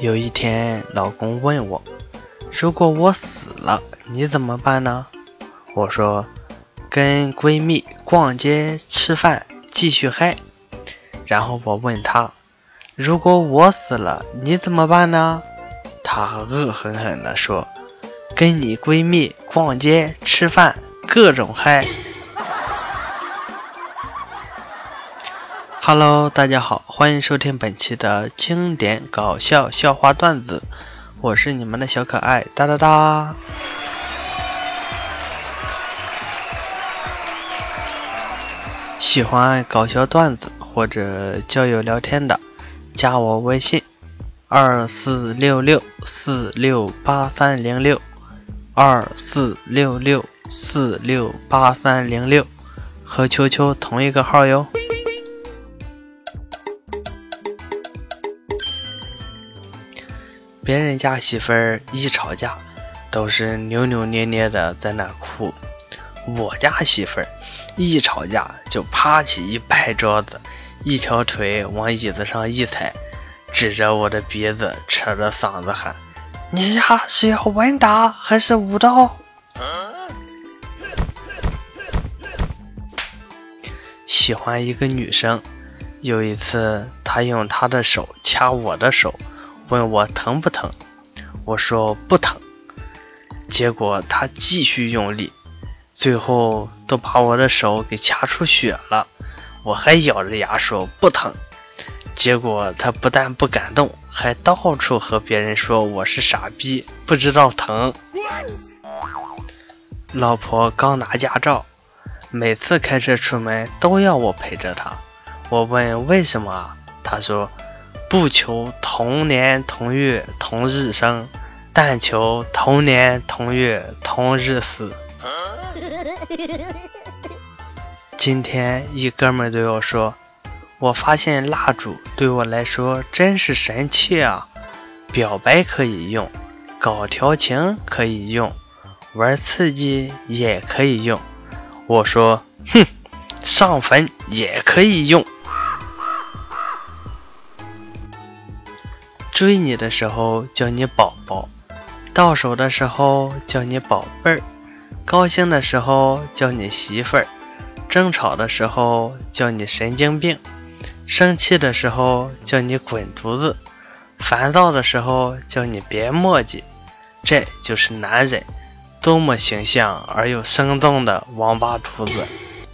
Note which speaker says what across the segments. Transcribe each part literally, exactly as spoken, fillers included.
Speaker 1: 有一天，老公问我，如果我死了，你怎么办呢？我说，跟闺蜜逛街吃饭，继续嗨。然后我问他，如果我死了，你怎么办呢？他恶狠狠地说，跟你闺蜜逛街吃饭，各种嗨。Hello， 大家好，欢迎收听本期的经典搞笑笑话段子，我是你们的小可爱哒哒哒。喜欢搞笑段子或者交友聊天的，加我微信二四六六四六八三零六二四六六四六八三零六，和球球同一个号哟。别人家媳妇儿一吵架都是扭扭捏捏的在那哭，我家媳妇儿一吵架就趴起一拍桌子，一条腿往椅子上一踩，指着我的鼻子，扯着嗓子喊，你家是要稳打还是武道？喜欢一个女生，有一次她用她的手掐我的手，问我疼不疼，我说不疼，结果他继续用力，最后都把我的手给掐出血了，我还咬着牙说不疼，结果他不但不感动，还到处和别人说我是傻逼，不知道疼。老婆刚拿驾照，每次开车出门都要我陪着她，我问为什么啊，她说不求同年同月同日生，但求同年同月同日死。今天一哥们对我说，我发现蜡烛对我来说真是神器啊，表白可以用，搞调情可以用，玩刺激也可以用。我说，哼，上坟也可以用。追你的时候叫你宝宝，到手的时候叫你宝贝儿，高兴的时候叫你媳妇儿，争吵的时候叫你神经病，生气的时候叫你滚犊子，烦躁的时候叫你别磨叽。这就是男人，多么形象而又生动的王八犊子。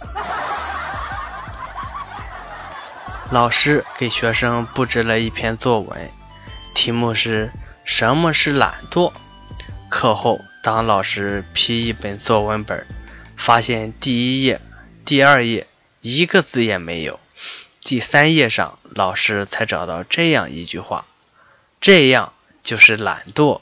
Speaker 1: 老师给学生布置了一篇作文，题目是什么是懒惰。课后，当老师批一本作文本，发现第一页、第二页一个字也没有，第三页上老师才找到这样一句话，这样就是懒惰。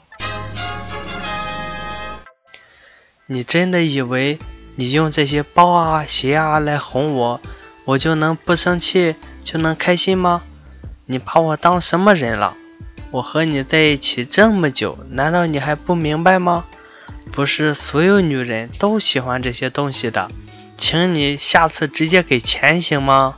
Speaker 1: 你真的以为你用这些包啊鞋啊来哄我，我就能不生气，就能开心吗？你把我当什么人了？我和你在一起这么久，难道你还不明白吗？不是所有女人都喜欢这些东西的，请你下次直接给钱行吗？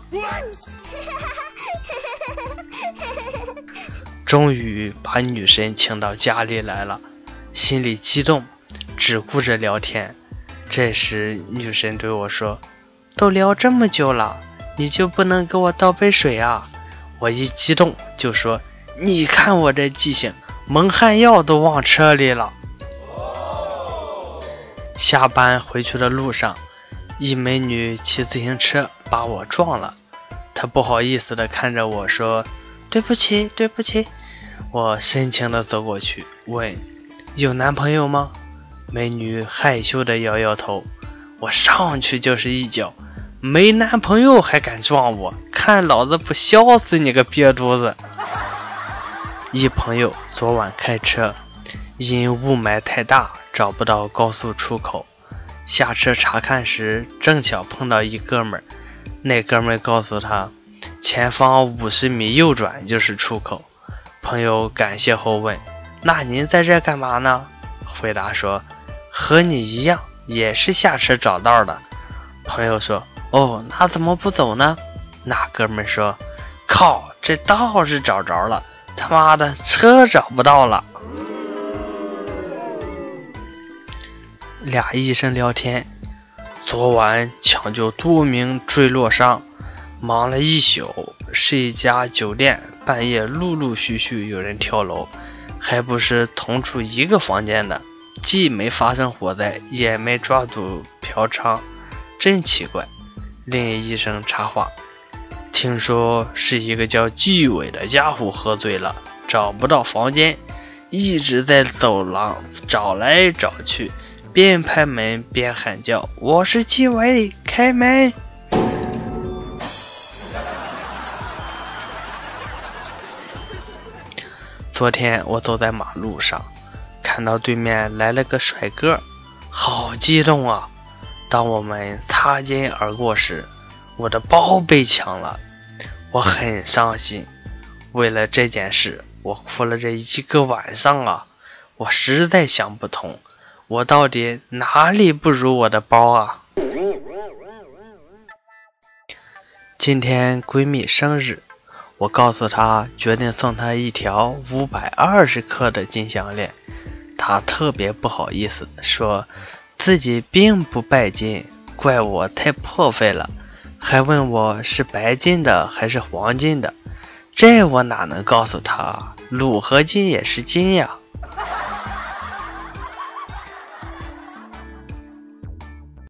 Speaker 1: 终于把女神请到家里来了，心里激动，只顾着聊天。这时女神对我说，都聊这么久了，你就不能给我倒杯水啊？我一激动就说，你看我这记性，蒙汗药都忘车里了。下班回去的路上，一美女骑自行车把我撞了，她不好意思地看着我说，对不起对不起。我深情地走过去问，有男朋友吗？美女害羞地摇摇头。我上去就是一脚，没男朋友还敢撞我，看老子不削死你个瘪犊子。一朋友昨晚开车，因雾霾太大找不到高速出口，下车查看时正巧碰到一哥们儿，那哥们儿告诉他，前方五十米右转就是出口。朋友感谢后问，那您在这干嘛呢？回答说，和你一样也是下车找道的。朋友说，哦，那怎么不走呢？那哥们儿说，靠，这道是找着了， 他妈的，车找不到了。俩医生聊天，昨晚抢救多名坠落伤，忙了一宿。是一家酒店，半夜陆陆续续有人跳楼，还不是同处一个房间的，既没发生火灾，也没抓住嫖娼，真奇怪。另一医生插话，听说是一个叫纪伟的家伙喝醉了，找不到房间，一直在走廊找来找去，边拍门边喊叫，我是纪伟，开门。昨天我走在马路上，看到对面来了个帅哥，好激动啊！当我们擦肩而过时，我的包被抢了，我很伤心。为了这件事，我哭了这一个晚上啊！我实在想不通，我到底哪里不如我的包啊？今天闺蜜生日，我告诉她决定送她一条五百二十克的金项链，她特别不好意思，说自己并不拜金，怪我太破费了，还问我是白金的还是黄金的，这我哪能告诉她，铝合金也是金呀。